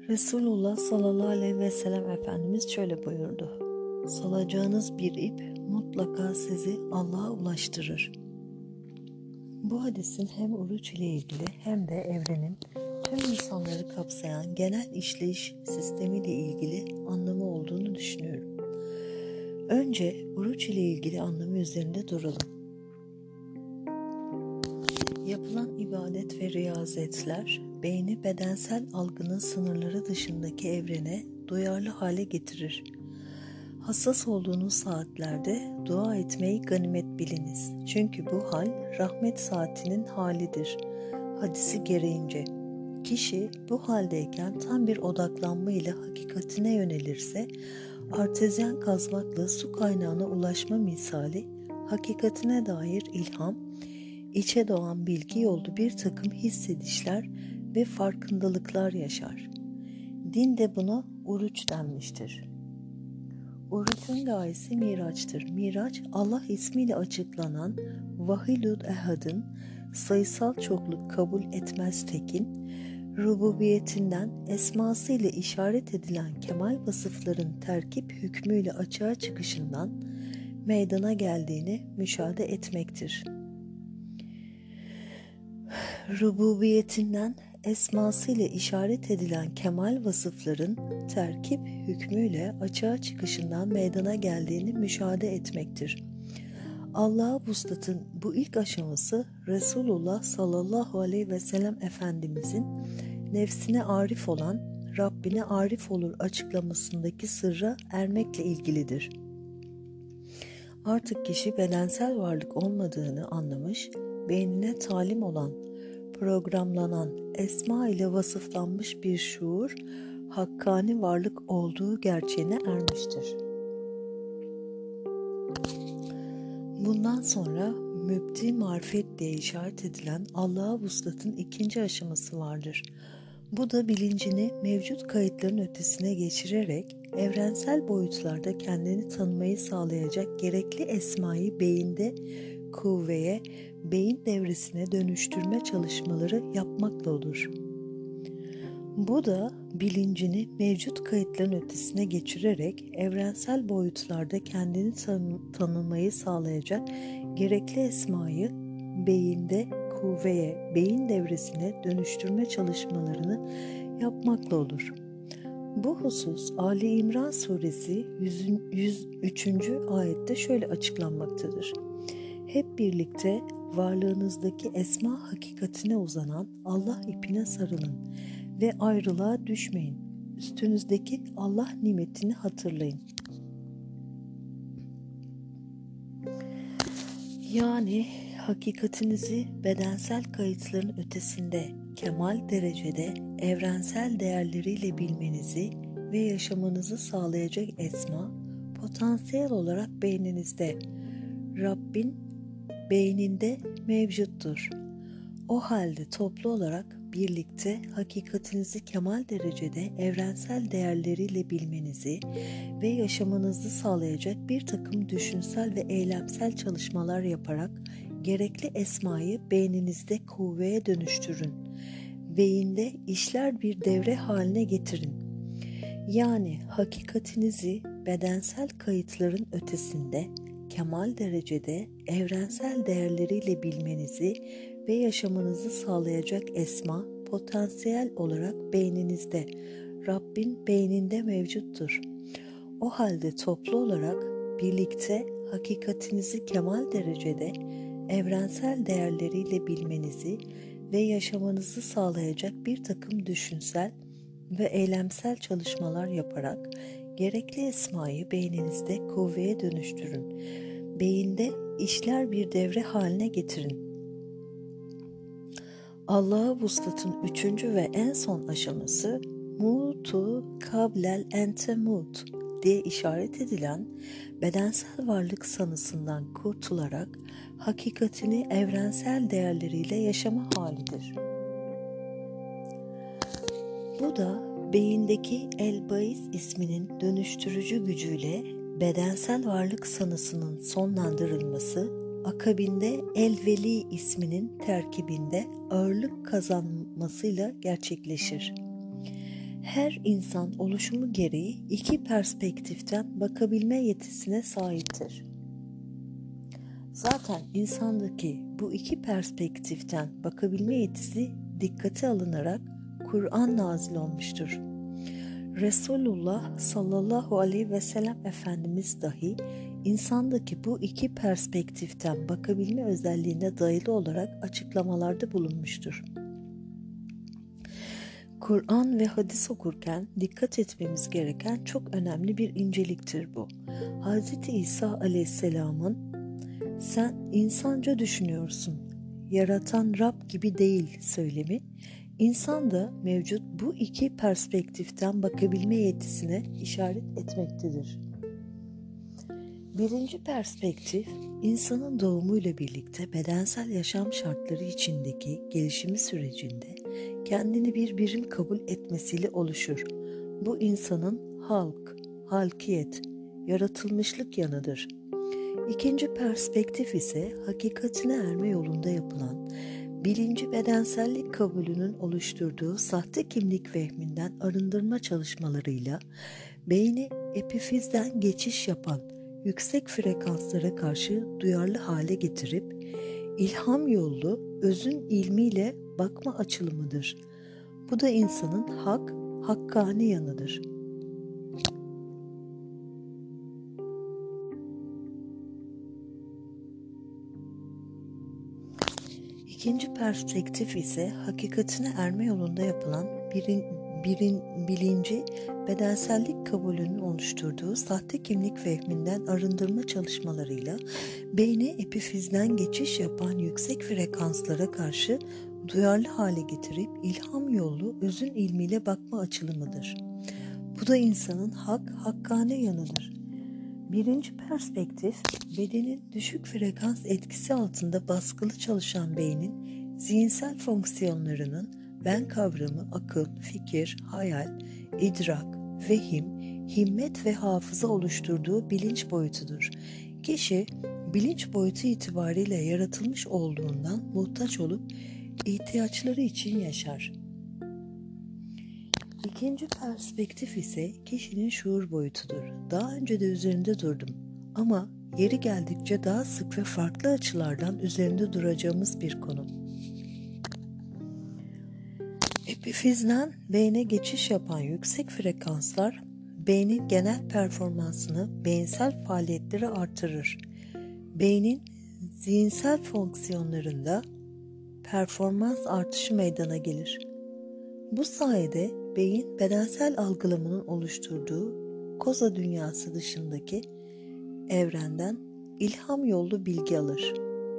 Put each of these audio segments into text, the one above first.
Resulullah sallallahu aleyhi ve sellem Efendimiz şöyle buyurdu: Salacağınız bir ip mutlaka sizi Allah'a ulaştırır. Bu hadisin hem oruç ile ilgili hem de evrenin tüm insanları kapsayan genel işleyiş sistemiyle ilgili anlamı olduğunu düşünüyorum. Önce oruç ile ilgili anlamı üzerinde duralım. Yapılan ibadet ve riyazetler, beyni bedensel algının sınırları dışındaki evrene duyarlı hale getirir. Hassas olduğunuz saatlerde dua etmeyi ganimet biliniz. Çünkü bu hal rahmet saatinin halidir. Hadisi gereğince. Kişi bu haldeyken tam bir odaklanma ile hakikatine yönelirse, artezyen kazmakla su kaynağına ulaşma misali, hakikatine dair ilham, içe doğan bilgi yollu bir takım hissedişler ve farkındalıklar yaşar. Dinde buna oruç denmiştir. Orucun gayesi miraçtır. Miraç, Allah ismiyle açıklanan Vahidul Ehad'ın sayısal çokluk kabul etmez tekin, rububiyetinden esmasıyla işaret edilen kemal vasıfların terkip hükmüyle açığa çıkışından meydana geldiğini müşahede etmektir. Rububiyetinden esmasıyla işaret edilen kemal vasıfların terkip hükmüyle açığa çıkışından meydana geldiğini müşahede etmektir. Allah'a vuslatın bu ilk aşaması Resulullah sallallahu aleyhi ve sellem Efendimizin nefsine arif olan Rabbine arif olur açıklamasındaki sırra ermekle ilgilidir. Artık kişi bedensel varlık olmadığını anlamış, beynine talim olan, programlanan, esma ile vasıflanmış bir şuur, hakkani varlık olduğu gerçeğine ermiştir. Bundan sonra mübdi marifet diye işaret edilen Allah'a vuslatın ikinci aşaması vardır. Bu da bilincini mevcut kayıtların ötesine geçirerek evrensel boyutlarda kendini tanımayı sağlayacak gerekli esmayı beyinde kuvveye, beyin devresine dönüştürme çalışmaları yapmakla olur. Bu da bilincini mevcut kayıtların ötesine geçirerek evrensel boyutlarda kendini tanımayı sağlayacak gerekli esmayı beyinde kuvveye, beyin devresine dönüştürme çalışmalarını yapmakla olur. Bu husus Ali İmran suresi 103. ayette şöyle açıklanmaktadır. Hep birlikte varlığınızdaki esma hakikatine uzanan Allah ipine sarılın ve ayrılığa düşmeyin. Üstünüzdeki Allah nimetini hatırlayın. Yani hakikatinizi bedensel kayıtların ötesinde, kemal derecede evrensel değerleriyle bilmenizi ve yaşamanızı sağlayacak esma, potansiyel olarak beyninizde, Rabbin beyninde mevcuttur. O halde toplu olarak birlikte hakikatinizi kemal derecede evrensel değerleriyle bilmenizi ve yaşamanızı sağlayacak bir takım düşünsel ve eylemsel çalışmalar yaparak gerekli esmayı beyninizde kuvveye dönüştürün. Beyinde işler bir devre haline getirin. Yani hakikatinizi bedensel kayıtların ötesinde, kemal derecede evrensel değerleriyle bilmenizi ve yaşamanızı sağlayacak esma potansiyel olarak beyninizde, Rabbin beyninde mevcuttur. O halde toplu olarak birlikte hakikatinizi kemal derecede evrensel değerleriyle bilmenizi ve yaşamanızı sağlayacak bir takım düşünsel ve eylemsel çalışmalar yaparak gerekli esmayı beyninizde kuvveye dönüştürün. Beyinde işler bir devre haline getirin. Allah'a vuslatın üçüncü ve en son aşaması mutu kablel ente mut diye işaret edilen bedensel varlık sanısından kurtularak hakikatini evrensel değerleriyle yaşama halidir. Bu da beyindeki El-Baiz isminin dönüştürücü gücüyle bedensel varlık sanısının sonlandırılması, akabinde El-Veli isminin terkibinde ağırlık kazanmasıyla gerçekleşir. Her insan oluşumu gereği iki perspektiften bakabilme yetisine sahiptir. Zaten insandaki bu iki perspektiften bakabilme yetisi dikkate alınarak Kur'an nazil olmuştur. Resulullah sallallahu aleyhi ve sellem Efendimiz dahi insandaki bu iki perspektiften bakabilme özelliğine dayalı olarak açıklamalarda bulunmuştur. Kur'an ve hadis okurken dikkat etmemiz gereken çok önemli bir inceliktir bu. Hz. İsa aleyhisselamın "Sen insanca düşünüyorsun, yaratan Rab gibi değil" söylemi, insanda mevcut bu iki perspektiften bakabilme yetisine işaret etmektedir. Birinci perspektif, insanın doğumuyla birlikte bedensel yaşam şartları içindeki gelişimi sürecinde kendini bir birim kabul etmesiyle oluşur. Bu insanın halkiyet, yaratılmışlık yanıdır. İkinci perspektif ise hakikatine erme yolunda yapılan, bilinci bedensellik kabulünün oluşturduğu sahte kimlik vehminden arındırma çalışmalarıyla beyni epifizden geçiş yapan yüksek frekanslara karşı duyarlı hale getirip ilham yollu özün ilmiyle bakma açılımıdır. Bu da insanın hakkani yanıdır. İkinci perspektif ise hakikatine erme yolunda yapılan bilinci bedensellik kabulünün oluşturduğu sahte kimlik vehminden arındırma çalışmalarıyla beyni epifizden geçiş yapan yüksek frekanslara karşı duyarlı hale getirip ilham yolu özün ilmiyle bakma açılımıdır. Bu da insanın hakkani yanıdır. Birinci perspektif, bedenin düşük frekans etkisi altında baskılı çalışan beynin zihinsel fonksiyonlarının ben kavramı, akıl, fikir, hayal, idrak, vehim, himmet ve hafıza oluşturduğu bilinç boyutudur. Kişi bilinç boyutu itibariyle yaratılmış olduğundan muhtaç olup ihtiyaçları için yaşar. İkinci perspektif ise kişinin şuur boyutudur. Daha önce de üzerinde durdum ama yeri geldikçe daha sık ve farklı açılardan üzerinde duracağımız bir konu. Epifizden beyne geçiş yapan yüksek frekanslar beynin genel performansını, beyinsel faaliyetleri artırır. Beynin zihinsel fonksiyonlarında performans artışı meydana gelir. Bu sayede beyin bedensel algılamanın oluşturduğu koza dünyası dışındaki evrenden ilham yollu bilgi alır.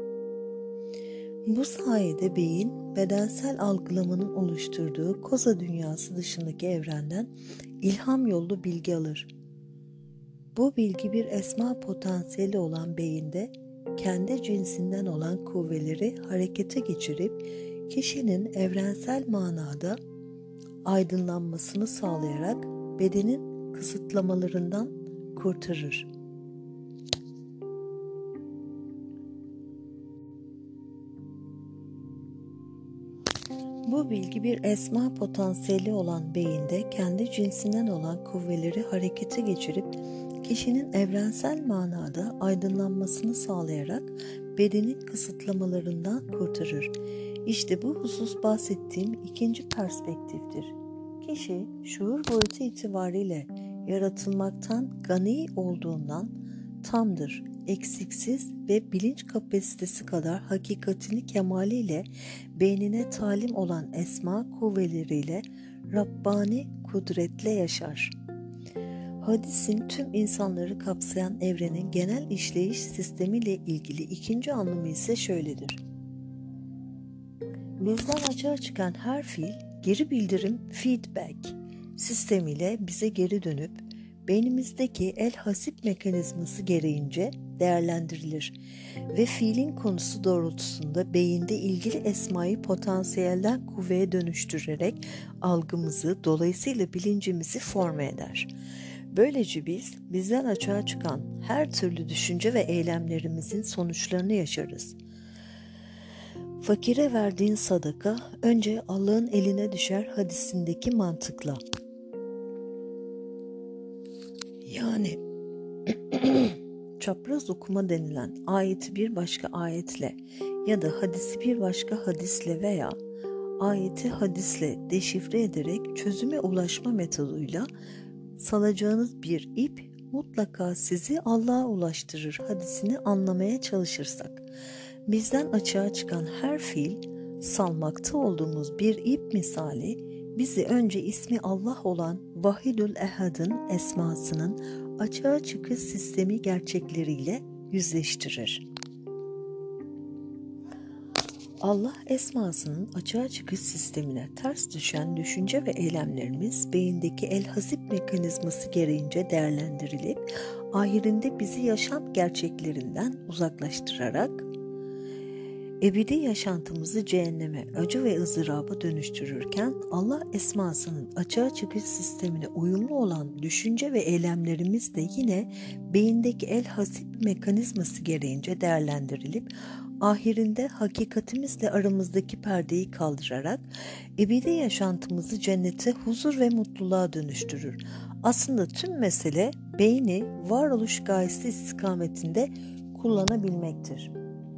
Bu sayede beyin bedensel algılamanın oluşturduğu koza dünyası dışındaki evrenden ilham yollu bilgi alır. Bu bilgi bir esma potansiyeli olan beyinde kendi cinsinden olan kuvveleri harekete geçirip kişinin evrensel manada aydınlanmasını sağlayarak bedenin kısıtlamalarından kurtarır. Bu bilgi bir esma potansiyeli olan beyinde kendi cinsinden olan kuvveleri harekete geçirip kişinin evrensel manada aydınlanmasını sağlayarak bedenin kısıtlamalarından kurtarır. İşte bu husus bahsettiğim ikinci perspektiftir. Kişi şuur boyutu itibariyle yaratılmaktan gani olduğundan tamdır, eksiksiz ve bilinç kapasitesi kadar hakikatini kemaliyle beynine talim olan esma kuvveleriyle Rabbani kudretle yaşar. Hadisin tüm insanları kapsayan evrenin genel işleyiş sistemiyle ilgili ikinci anlamı ise şöyledir. Bizden açığa çıkan her fiil geri bildirim feedback sistemiyle bize geri dönüp beynimizdeki el hasip mekanizması gereğince değerlendirilir ve fiilin konusu doğrultusunda beyinde ilgili esmayı potansiyelden kuvveye dönüştürerek algımızı, dolayısıyla bilincimizi forme eder. Böylece bizden açığa çıkan her türlü düşünce ve eylemlerimizin sonuçlarını yaşarız. Fakire verdiğin sadaka önce Allah'ın eline düşer hadisindeki mantıkla. Yani çapraz okuma denilen ayeti bir başka ayetle ya da hadisi bir başka hadisle veya ayeti hadisle deşifre ederek çözüme ulaşma metoduyla salacağınız bir ip mutlaka sizi Allah'a ulaştırır hadisini anlamaya çalışırsak, bizden açığa çıkan her fiil salmakta olduğumuz bir ip misali bizi önce ismi Allah olan Vahidül Ehad'ın esmasının açığa çıkış sistemi gerçekleriyle yüzleştirir. Allah esmasının açığa çıkış sistemine ters düşen düşünce ve eylemlerimiz beyindeki el-hasip mekanizması gereğince değerlendirilip ahirinde bizi yaşam gerçeklerinden uzaklaştırarak ebedi yaşantımızı cehenneme, acı ve ızdıraba dönüştürürken Allah esmasının açığa çıkış sistemine uyumlu olan düşünce ve eylemlerimiz de yine beyindeki el-hasip mekanizması gereğince değerlendirilip ahirinde hakikatimizle aramızdaki perdeyi kaldırarak ebedi yaşantımızı cennete, huzur ve mutluluğa dönüştürür. Aslında tüm mesele beyni varoluş gayesi istikametinde kullanabilmektir.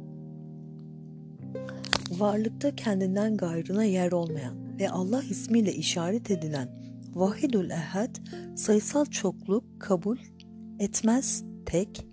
Varlıkta kendinden gayrına yer olmayan ve Allah ismiyle işaret edilen Vahidül Ehad, sayısal çokluk kabul etmez tek,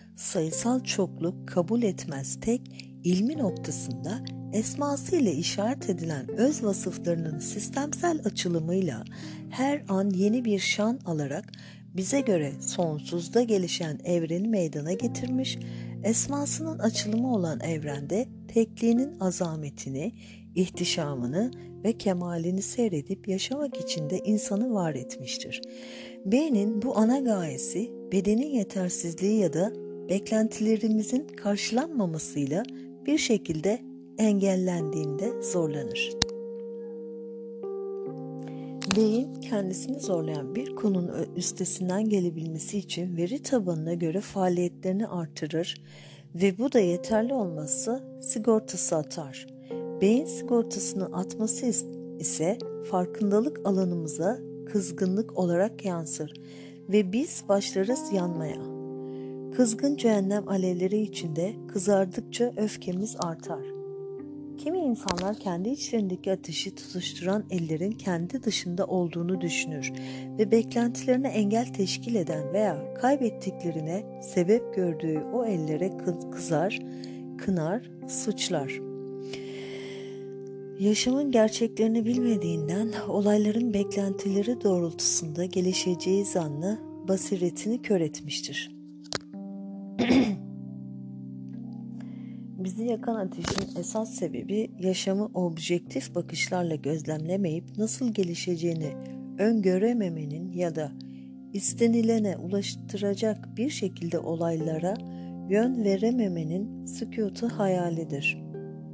ilmi noktasında esması ile işaret edilen öz vasıflarının sistemsel açılımıyla her an yeni bir şan alarak bize göre sonsuzda gelişen evreni meydana getirmiş, esmasının açılımı olan evrende tekliğinin azametini, ihtişamını ve kemalini seyredip yaşamak için de insanı var etmiştir. Beynin bu ana gayesi bedenin yetersizliği ya da beklentilerimizin karşılanmamasıyla bir şekilde engellendiğinde zorlanır. Beyin kendisini zorlayan bir konunun üstesinden gelebilmesi için veri tabanına göre faaliyetlerini artırır ve bu da yeterli olmazsa sigortası atar. Beyin sigortasını atması ise farkındalık alanımıza kızgınlık olarak yansır ve biz başlarız yanmaya. Kızgın cehennem alevleri içinde kızardıkça öfkemiz artar. Kimi insanlar kendi içlerindeki ateşi tutuşturan ellerin kendi dışında olduğunu düşünür ve beklentilerine engel teşkil eden veya kaybettiklerine sebep gördüğü o ellere kızar, kınar, suçlar. Yaşamın gerçeklerini bilmediğinden olayların beklentileri doğrultusunda gelişeceği zannı basiretini kör etmiştir. Bizi yakan ateşin esas sebebi yaşamı objektif bakışlarla gözlemlemeyip nasıl gelişeceğini öngörememenin ya da istenilene ulaştıracak bir şekilde olaylara yön verememenin sükutu hayalidir.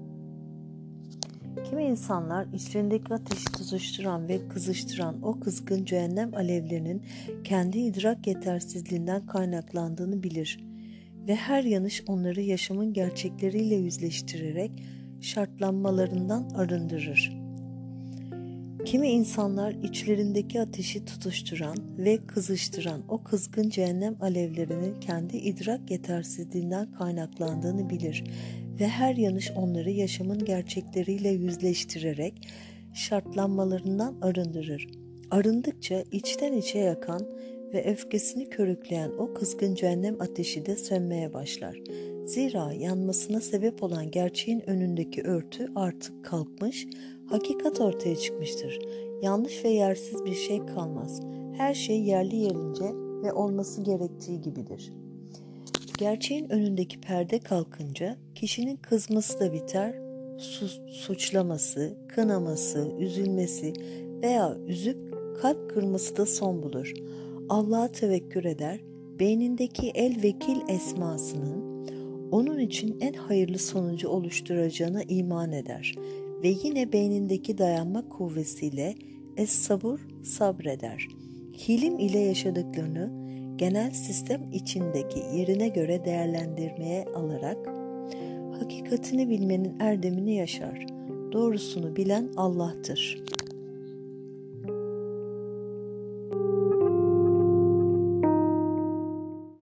Kimi insanlar içlerindeki ateşi tutuşturan ve kızıştıran o kızgın cehennem alevlerinin kendi idrak yetersizliğinden kaynaklandığını bilir ve her yanış onları yaşamın gerçekleriyle yüzleştirerek şartlanmalarından arındırır. Kimi insanlar içlerindeki ateşi tutuşturan ve kızıştıran o kızgın cehennem alevlerinin kendi idrak yetersizliğinden kaynaklandığını bilir ve her yanış onları yaşamın gerçekleriyle yüzleştirerek şartlanmalarından arındırır. Arındıkça içten içe yakan ve öfkesini körükleyen o kızgın cehennem ateşi de sönmeye başlar. Zira yanmasına sebep olan gerçeğin önündeki örtü artık kalkmış, hakikat ortaya çıkmıştır. Yanlış ve yersiz bir şey kalmaz. Her şey yerli yerince ve olması gerektiği gibidir. Gerçeğin önündeki perde kalkınca kişinin kızması da biter, suçlaması, kınaması, üzülmesi veya üzüp kalp kırması da son bulur. Allah'a tevekkül eder, beynindeki el-vekil esmasının onun için en hayırlı sonucu oluşturacağına iman eder ve yine beynindeki dayanma kuvvesiyle es-sabur sabreder. Hilim ile yaşadıklarını genel sistem içindeki yerine göre değerlendirmeye alarak hakikatini bilmenin erdemini yaşar. Doğrusunu bilen Allah'tır.